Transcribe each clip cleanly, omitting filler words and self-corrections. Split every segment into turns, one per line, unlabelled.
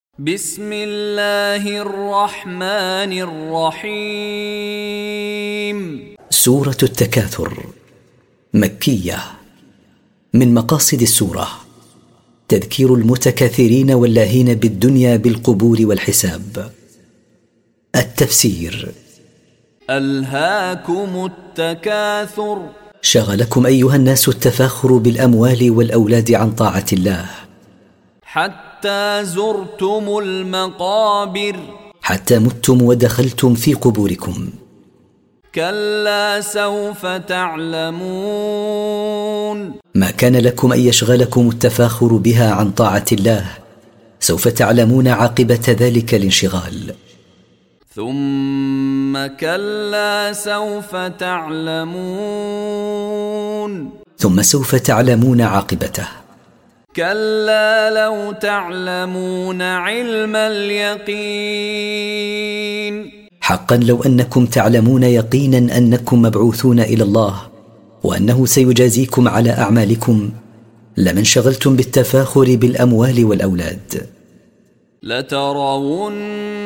بسم الله الرحمن الرحيم.
سورة التكاثر مكية. من مقاصد السورة تذكير المتكاثرين واللاهين بالدنيا بالقبور والحساب. التفسير:
ألهاكم التكاثر،
شغلكم أيها الناس التفاخر بالأموال والأولاد عن طاعة الله،
حتى زرتم المقابر،
حتى متم ودخلتم في قبوركم.
كلا سوف تعلمون،
ما كان لكم أن يشغلكم التفاخر بها عن طاعة الله، سوف تعلمون عاقبة ذلك الانشغال.
ثم كلا سوف تعلمون،
ثم سوف تعلمون عاقبته.
كلا لو تعلمون علم اليقين،
حقا لو أنكم تعلمون يقينا أنكم مبعوثون إلى الله وأنه سيجازيكم على أعمالكم لما انشغلتم بالتفاخر بالأموال والأولاد.
لترون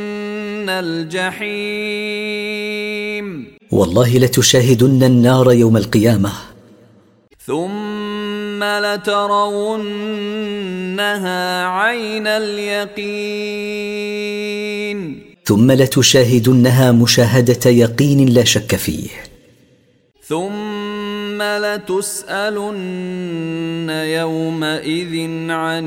الجحيم،
والله لتشاهدن النار يوم القيامة.
ثم لترونها عين اليقين،
ثم لتشاهدنها مشاهدة يقين لا شك فيه.
ثم لتسألن يومئذ عن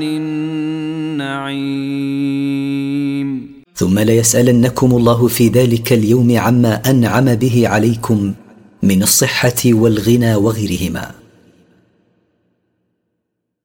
النعيم،
ثم ليسألنكم الله في ذلك اليوم عما أنعم به عليكم من الصحة والغنى وغيرهما.